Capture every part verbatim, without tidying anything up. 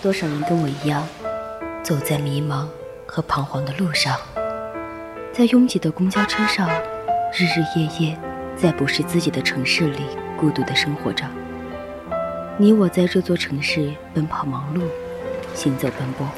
多少人跟我一样，走在迷茫和彷徨的路上，在拥挤的公交车上，日日夜夜在不是自己的城市里孤独地生活着。你我在这座城市奔跑忙碌，行走奔波。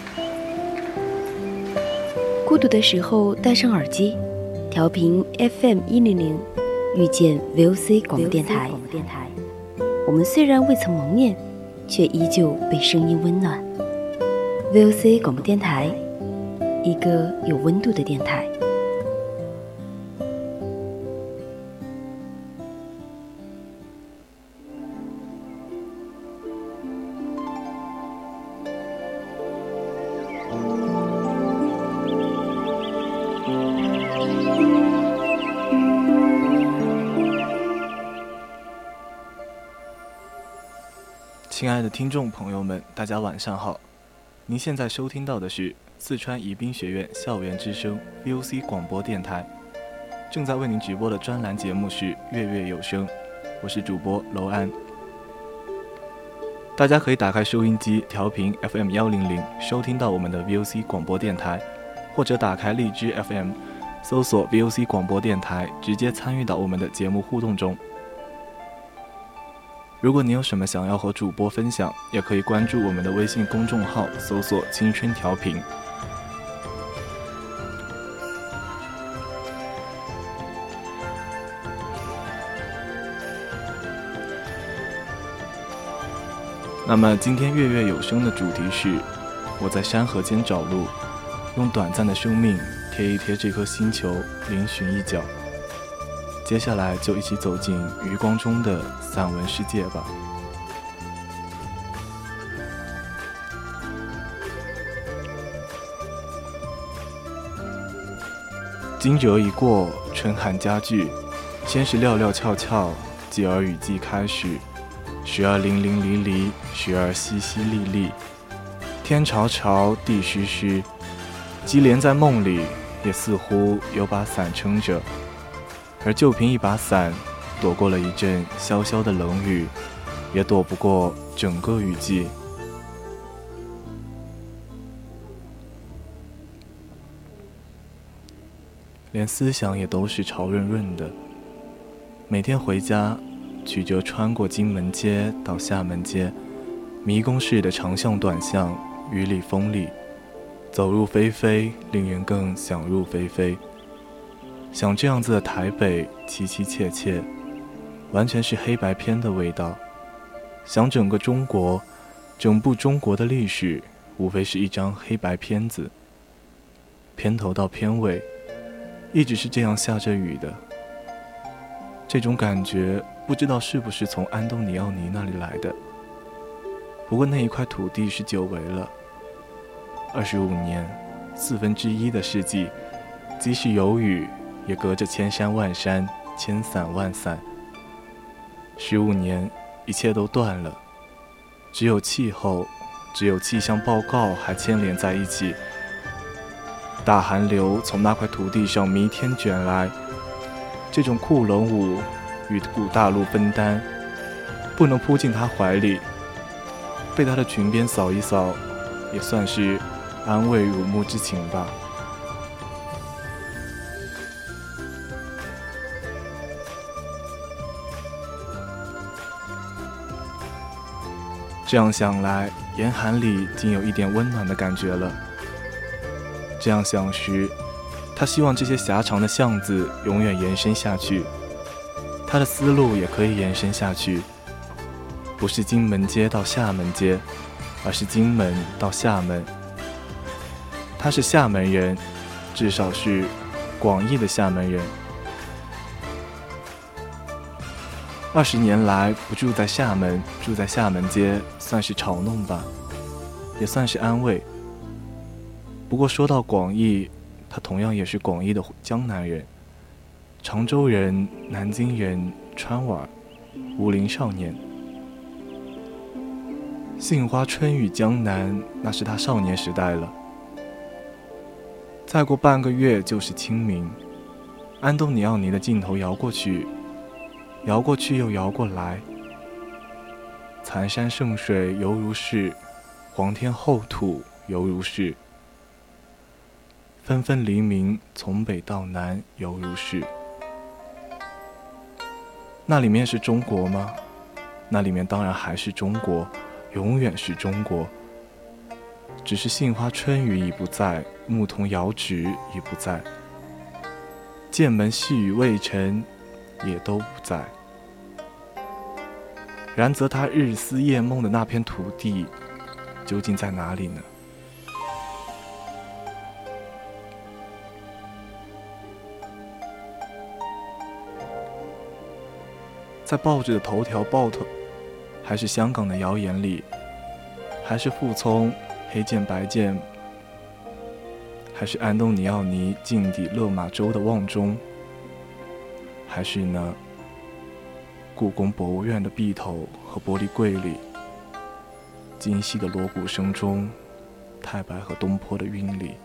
孤独的时候戴上耳机，调频 F M 一零零，遇见 V O C 广播电台。我们虽然未曾谋面，却依旧被声音温暖。V O C 广播电台，一个有温度的电台。 亲爱的听众朋友们，大家晚上好。您现在收听到的是四川宜宾学院校园之声 V O C 广播电台，正在为您直播的专栏节目是月月有声，我是主播楼安。大家可以打开收音机调频 F M 一零零，收听到我们的 V O C 广播电台，或者打开荔枝 F M， 搜索 V O C 广播电台，直接参与到我们的节目互动中。如果你有什么想要和主播分享，也可以关注我们的微信公众号，搜索青春调频。那么今天月月有声的主题是我在山河间找路，用短暂的生命贴一贴这颗星球，嶙峋一角。接下来就一起走进余光中的散文世界吧。惊蛰一过，春寒加剧，先是料料峭峭，继而雨季开始，时而淋淋漓漓，时而淅淅沥沥，天潮潮，地湿湿，即连在梦里也似乎有把伞撑着，而就凭一把伞，躲过了一阵潇潇的冷雨，也躲不过整个雨季。连思想也都是潮润润的。每天回家，曲折穿过金门街到厦门街，迷宫式的长巷短巷，雨里风里，走入非非，令人更想入非非。想这样子的台北，凄凄切切，完全是黑白片的味道。想整个中国，整部中国的历史，无非是一张黑白片子，片头到片尾，一直是这样下着雨的。这种感觉，不知道是不是从安东尼奥尼那里来的。不过那一块土地是久违了，二十五年，四分之一的世纪，即使有雨，也隔着千山万山，千伞万伞。十五年，一切都断了，只有气候，只有气象报告还牵连在一起。大寒流从那块土地上弥天卷来，这种酷冷舞与古大陆分担，不能扑进他怀里，被他的裙边扫一扫，也算是安慰辱没之情吧。这样想来，严寒里竟有一点温暖的感觉了。这样想时，他希望这些狭长的巷子永远延伸下去，他的思路也可以延伸下去，不是金门街到厦门街，而是金门到厦门。他是厦门人，至少是广义的厦门人。二十年来不住在厦门，住在厦门街，算是嘲弄吧，也算是安慰。不过说到广义，他同样也是广义的江南人，常州人、南京人、川娃、武陵少年。杏花春雨江南，那是他少年时代了。再过半个月就是清明，安东尼奥尼的镜头摇过去，摇过去又摇过来，残山剩水犹如是， 皇天厚土犹如是，纷纷黎明从北到南犹如是。那里面是中国吗？那里面当然还是中国，永远是中国。只是杏花春雨已不在，牧童遥指已不在，剑门细雨未成也都不在。然则他日思夜梦的那片土地究竟在哪里呢？在报纸的头条报头，还是香港的谣言里，还是傅聪黑剑白剑，还是安东尼奥尼近底勒马州的望中，还是呢故宫博物院的壁头和玻璃柜里，今夕的锣鼓声中，太白和东坡的韵里。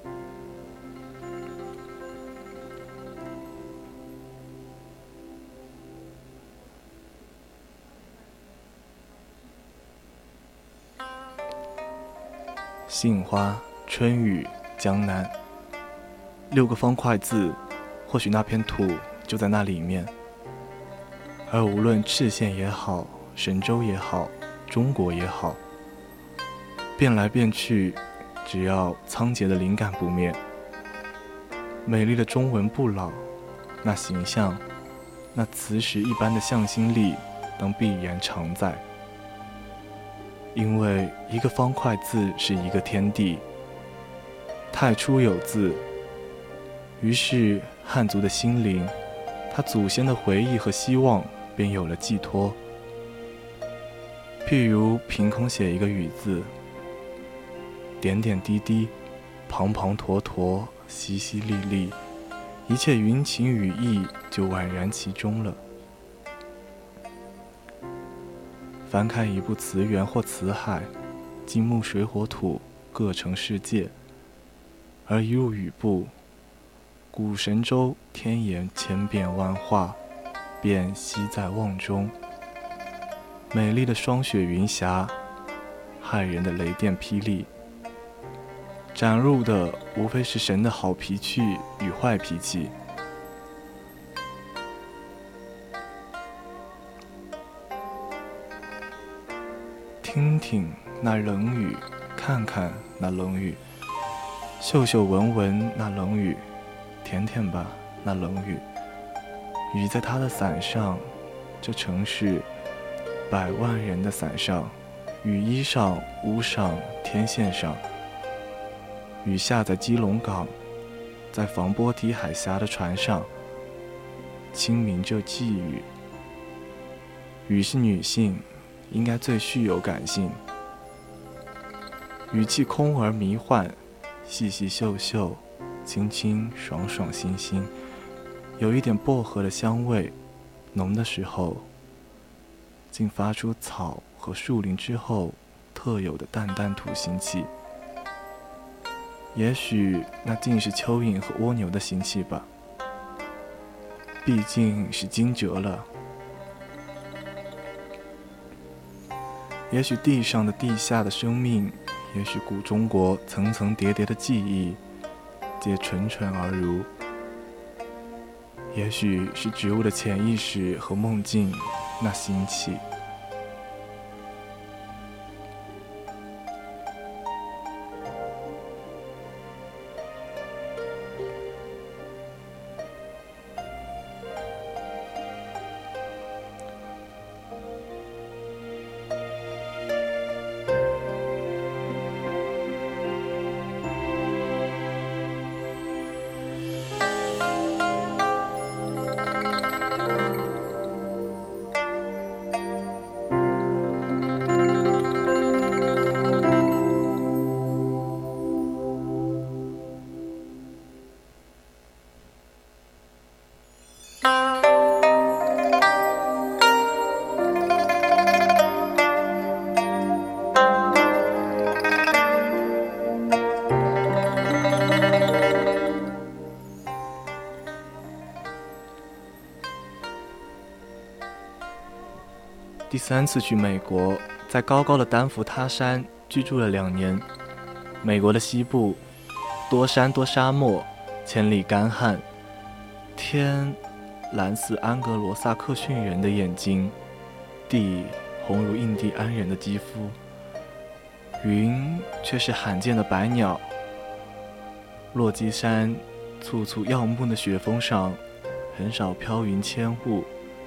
杏花、春雨、江南，六个方块字，或许那片土就在那里面。而无论赤县也好，神州也好，中国也好，变来变去，只要仓颉的灵感不灭，美丽的中文不老，那形象，那磁石一般的向心力，当必然常在。因为一个方块字是一个天地，太初有字，于是汉族的心灵，他祖先的回忆和希望便有了寄托。譬如凭空写一个雨字，点点滴滴，滂滂沱沱，淅淅沥沥，一切云情雨意就宛然其中了。翻开一部词源或词海，金木水火土各成世界，而一入语部，古神州天言千变万化，便悉在望中。美丽的霜雪云霞，骇人的雷电霹雳，展入的无非是神的好脾气与坏脾气。听听那冷雨，看看那冷雨，嗅嗅闻闻那冷雨，舔舔吧那冷雨。雨在他的伞上，这城市百万人的伞上，雨衣上、屋上、天线上。雨下在基隆港，在防波堤海峡的船上，清明这寄语。雨是女性，应该最具有感性，语气空而迷幻，细细秀秀，清清爽爽新新，有一点薄荷的香味，浓的时候竟发出草和树林之后特有的淡淡土腥气。也许那竟是蚯蚓和蜗牛的腥气吧，毕竟是惊蛰了。也许地上的地下的生命，也许古中国层层叠叠的记忆，皆蠢蠢而如。也许是植物的潜意识和梦境，那腥气。第三次去美国，在高高的丹佛他山居住了两年。美国的西部，多山多沙漠，千里干旱，天蓝似安格罗萨克逊人的眼睛，地红如印第安人的肌肤，云却是罕见的白鸟。落基山簇簇耀目的雪峰上，很少飘云千雾。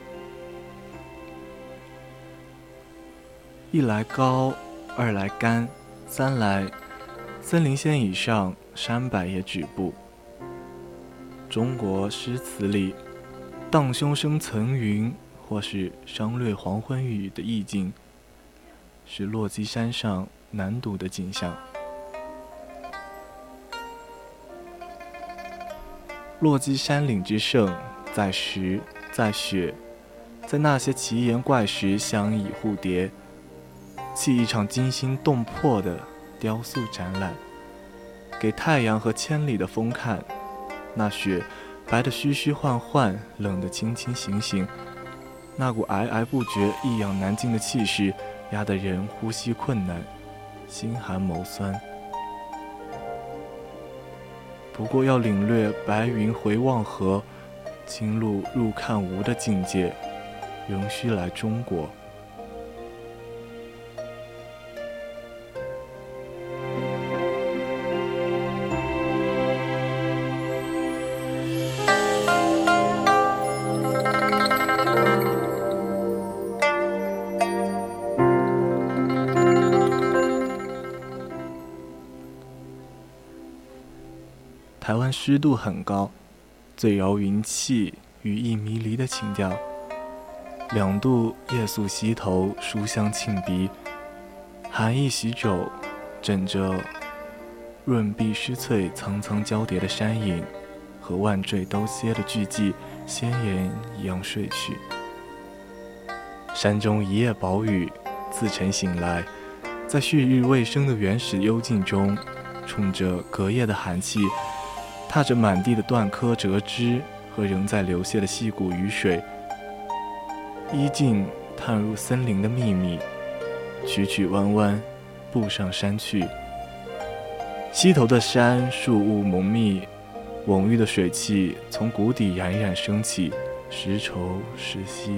一来高，二来干，三来森林线以上，山柏也止步。中国诗词里荡胸生层云，或是商略黄昏雨的意境，是落基山上难睹的景象。落基山岭之胜，在石，在雪，在那些奇岩怪石相倚互叠，砌一场惊心动魄的雕塑展览，给太阳和千里的风看。那雪白得虚虚幻幻，冷得清清醒醒，那股皑皑不绝、一仰难尽的气势，压得人呼吸困难，心寒眸酸。不过要领略白云回望河，青露入看无的境界，仍需来中国。台湾湿度很高，最饶云气，羽翼迷离的情调。两度夜宿溪头，书香沁鼻，寒意袭肘，枕着润碧湿翠、层层交叠的山影和万坠都歇的巨迹，仙言一样睡去。山中一夜薄雨，自晨醒来，在旭日未升的原始幽静中，冲着隔夜的寒气，踏着满地的断柯折枝和仍在流泻的细谷雨水，依径探入森林的秘密，曲曲弯弯，步上山去。溪头的山树雾蒙密，蓊郁的水汽从谷底冉冉升起，时稠时稀，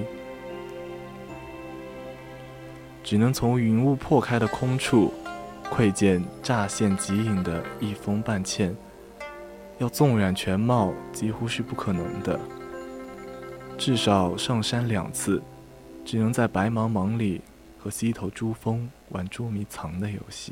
只能从云雾破开的空处窥见乍现即隐的一峰半堑，要纵览全貌几乎是不可能的。至少上山两次，只能在白茫茫里和溪头珠峰玩捉迷藏的游戏。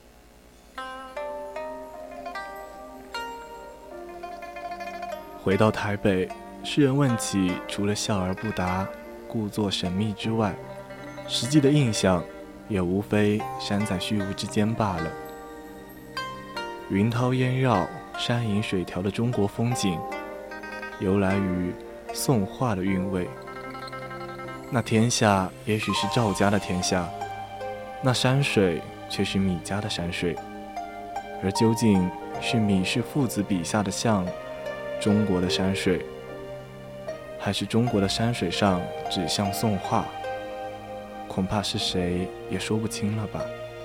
回到台北，世人问起，除了笑而不答、故作神秘之外，实际的印象也无非山在虚无之间罢了。云涛烟绕、山隐水调的中国风景，由来于宋画的韵味。那天下也许是赵家的天下，那山水却是米家的山水，而究竟是米氏父子笔下的像中国的山水，还是中国的山水上只像宋画，恐怕是谁也说不清了吧。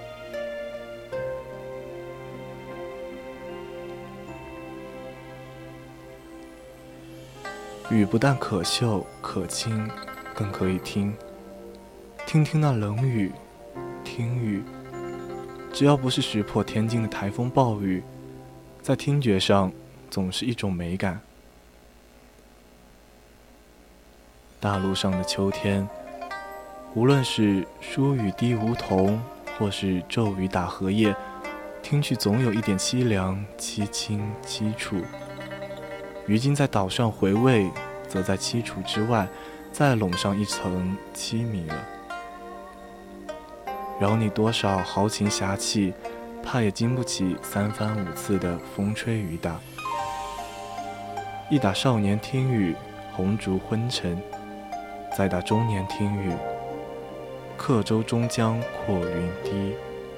雨不但可嗅可亲，更可以听，听听那冷雨，听雨，只要不是石破天惊的台风暴雨，在听觉上总是一种美感。大陆上的秋天，无论是疏雨滴梧桐，或是骤雨打荷叶，听去总有一点凄凉、凄清、凄楚。如今在岛上回味，则在凄楚之外再笼上一层凄迷了。饶你多少豪情侠气，怕也经不起三番五次的风吹雨打。一打少年听雨，红烛昏沉，再打中年听雨，客舟终将阔云低。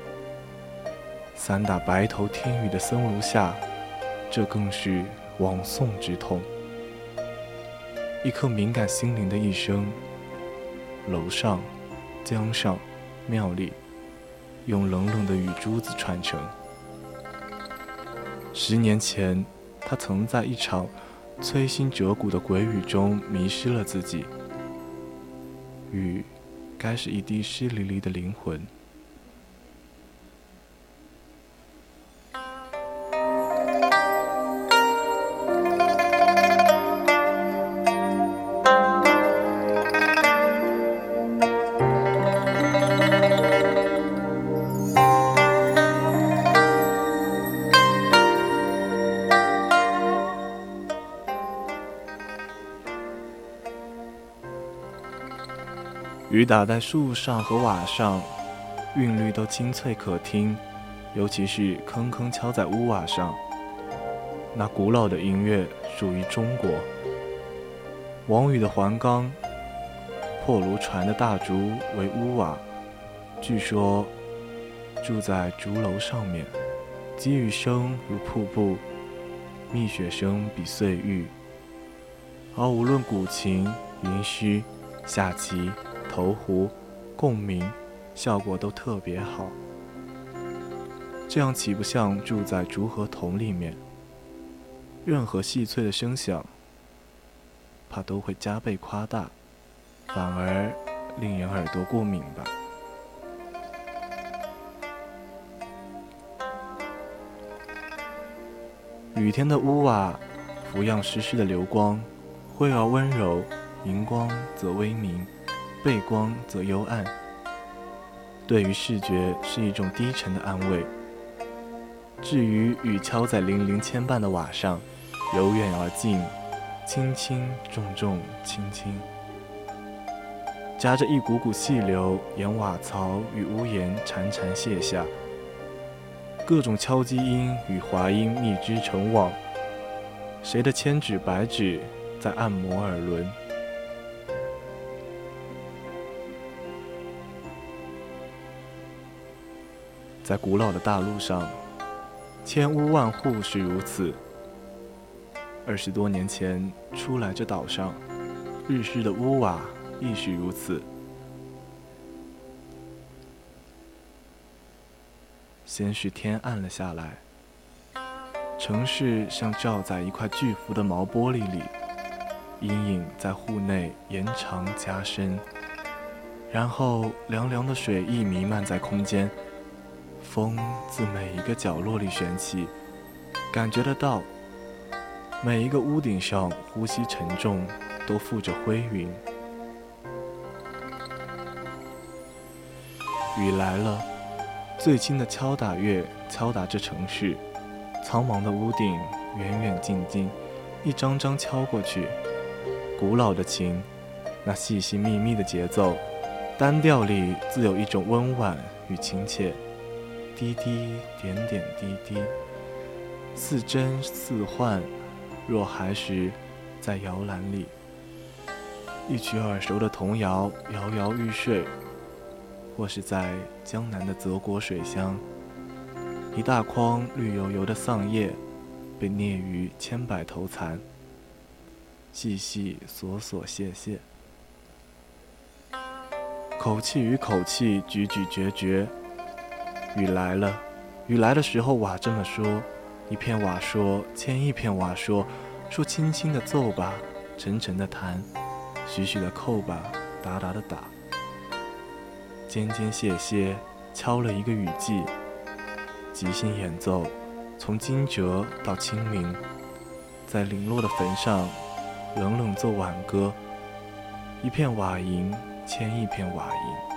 三打白头听雨的僧庐下，这更是亡宋之痛。一颗敏感心灵的一生，楼上、江上、庙里， 用冷冷的雨珠子串成。十年前，他曾在一场摧心折骨的鬼雨中迷失了自己。雨，该是一滴湿淋淋的灵魂。雨打在树上和瓦上，韵律都清脆可听，尤其是铿铿敲在屋瓦上。那古老的音乐属于中国。王宇的环钢，破炉船的大竹为屋瓦，据说住在竹楼上面，积雨声如瀑布，蜜雪声比碎玉。而无论古琴、云须、下棋、投壶、共鸣，效果都特别好。这样岂不像住在竹和筒里面？任何细脆的声响，怕都会加倍夸大，反而令人耳朵过敏吧。雨天的屋瓦，浮样湿湿的流光，灰而温柔，荧光则微明，背光则幽暗，对于视觉是一种低沉的安慰。至于雨敲在零零牵绊的瓦上，由远而近，轻轻重重轻轻，夹着一股股细流，沿瓦槽与屋檐潺潺泻下，各种敲击音与滑音密织成网，谁的千指百指在按摩耳轮。在古老的大陆上，千屋万户是如此。二十多年前出来这岛上，日式的屋瓦亦是如此。先是天暗了下来，城市像罩在一块巨幅的毛玻璃里，阴影在户内延长加深，然后凉凉的水意弥漫在空间，风自每一个角落里旋起，感觉得到每一个屋顶上呼吸沉重，都附着灰云。雨来了，最轻的敲打乐敲打着城市，苍茫的屋顶远远近近，一张张敲过去。古老的琴，那细细密密的节奏，单调里自有一种温婉与亲切，滴滴点点滴滴，似真似幻，若还时在摇篮里，一曲耳熟的童谣摇摇欲睡，或是在江南的泽国水乡，一大筐绿油油的桑叶被啮于千百头蚕，细细琐琐屑屑，口气与口气咀咀嚼嚼。雨来了，雨来的时候瓦这么说，一片瓦说，牵一片瓦说，说轻轻的奏吧，沉沉的弹，徐徐的扣吧，达达的打，间间歇歇敲了一个雨季，即兴演奏，从惊蛰到清明，在零落的坟上冷冷奏挽歌，一片瓦银牵一片瓦银。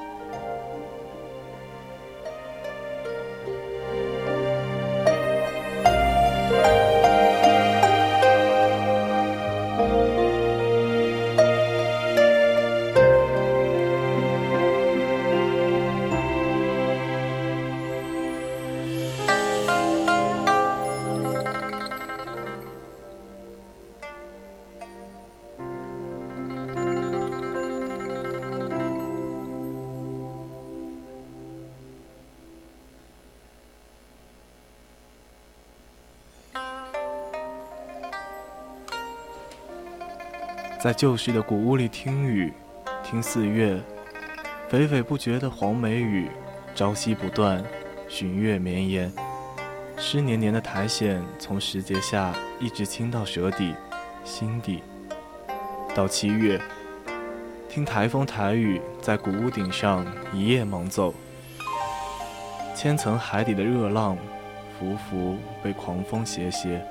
在旧时的古屋里听雨，听四月，淼淼不绝的黄梅雨， 朝夕不断，旬月绵延，湿黏黏的苔藓从时节下一直侵到舌底、心底。到七月，听台风台雨在古屋顶上一夜猛走，千层海底的热浪浮浮被狂风斜斜，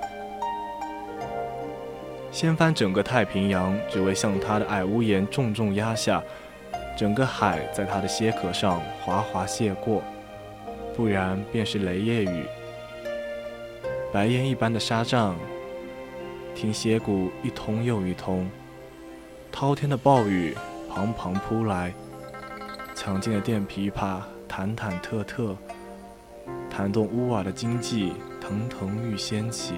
掀翻整个太平洋，只为向他的矮屋檐重重压下，整个海在他的歇壳上滑滑泻过，不然便是雷夜雨。白烟一般的沙帐，听歇鼓一通又一通，滔天的暴雨滂滂扑来，强劲的电琵琶弹弹特特，弹动屋瓦的经济腾腾欲掀起。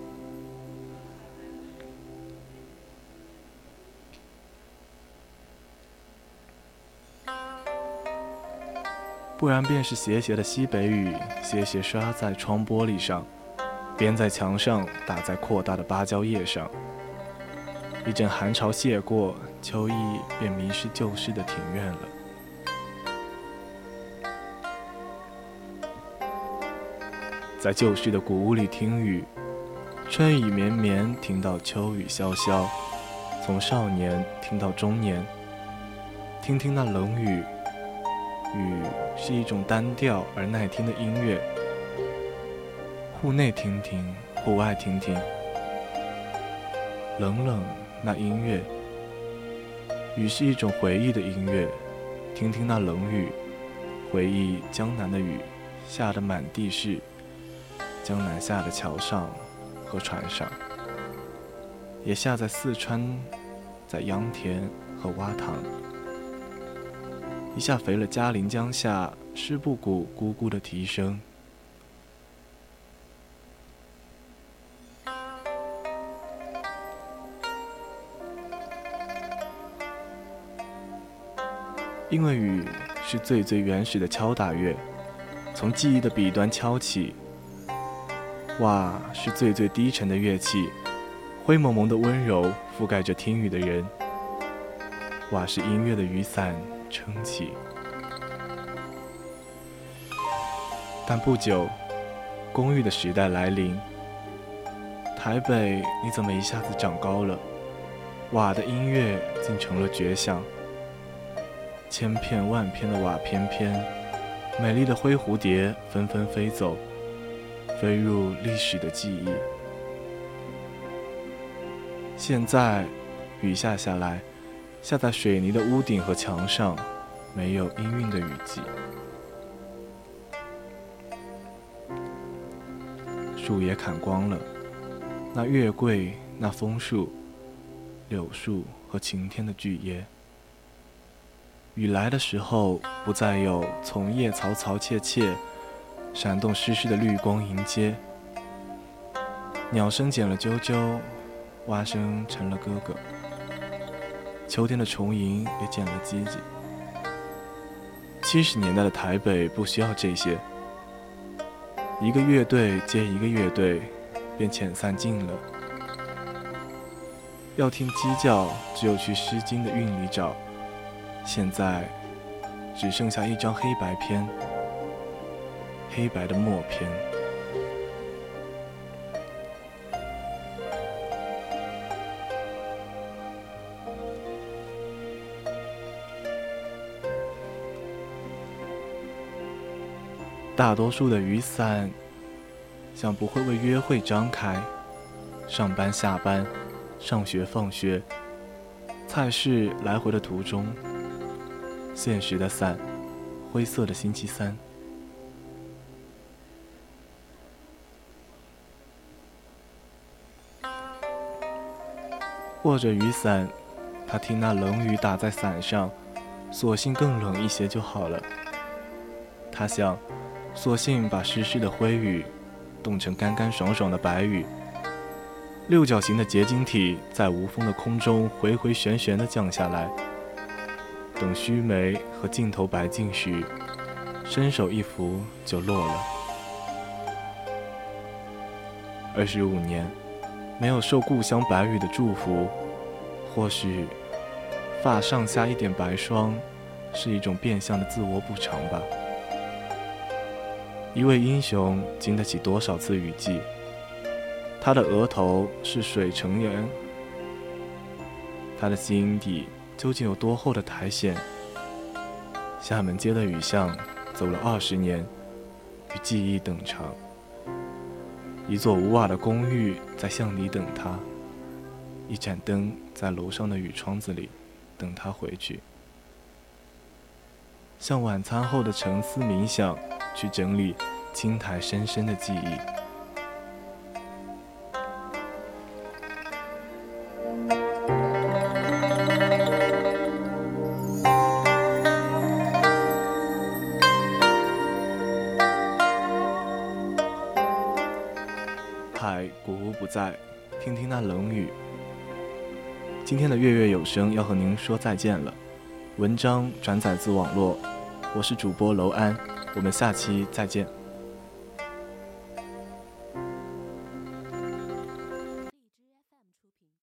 不然便是斜斜的西北雨，斜斜刷在窗玻璃上，边在墙上，打在扩大的芭蕉叶上。一阵寒潮泻过，秋意便迷失旧时的庭院了。在旧时的古屋里听雨，春雨绵绵听到秋雨潇潇，从少年听到中年，听听那冷雨。雨是一种单调而耐听的音乐，户内听听，户外听听，冷冷那音乐。雨是一种回忆的音乐，听听那冷雨，回忆江南的雨下得满地是，江南下的桥上和船上，也下在四川，在秧田和洼塘。一下肥了嘉陵江下湿布谷咕咕的啼声。因为雨是最最原始的敲打乐，从记忆的笔端敲起。哇是最最低沉的乐器，灰蒙蒙的温柔覆盖着听雨的人。哇是音乐的雨伞撑起。但不久，公寓的时代来临。台北，你怎么一下子长高了？瓦的音乐竟成了绝响。千片万片的瓦翩翩，美丽的灰蝴蝶纷纷飞走，飞入历史的记忆。现在，雨下下来。下在水泥的屋顶和墙上，没有氤氲的雨季。树也砍光了，那月桂、那枫树、柳树和晴天的巨椰。雨来的时候，不再有从叶嘈嘈切切，闪动湿湿的绿光迎接。鸟声减了啾啾，蛙声成了哥哥。秋天的虫蝇也减了唧唧。七十年代的台北不需要这些，一个乐队接一个乐队，便遣散尽了。要听鸡叫，只有去《诗经》的韵里找。现在只剩下一张黑白片，黑白的默片。大多数的雨伞像不会为约会张开，上班下班，上学放学，菜市来回的途中，现实的伞，灰色的星期三。握着雨伞，他听那冷雨打在伞上，索性更冷一些就好了。他想索性把湿湿的灰雨冻成干干爽爽的白雨，六角形的结晶体在无风的空中回回旋旋地降下来。等须眉和镜头白净时，伸手一拂就落了。二十五年没有受故乡白雨的祝福，或许发上下一点白霜是一种变相的自我补偿吧。 一位英雄经得起多少次雨季？他的额头是水成岩，他的心底究竟有多厚的苔藓？厦门街的雨巷走了二十年，与记忆等长。一座无瓦的公寓在巷里等他，一盏灯在楼上的雨窗子里等他回去。像晚餐后的沉思冥想，去整理青苔深深的记忆。海古无不在，听听那冷雨。今天的月月有声要和您说再见了。文章转载自网络，我是主播楼安，我们下期再见。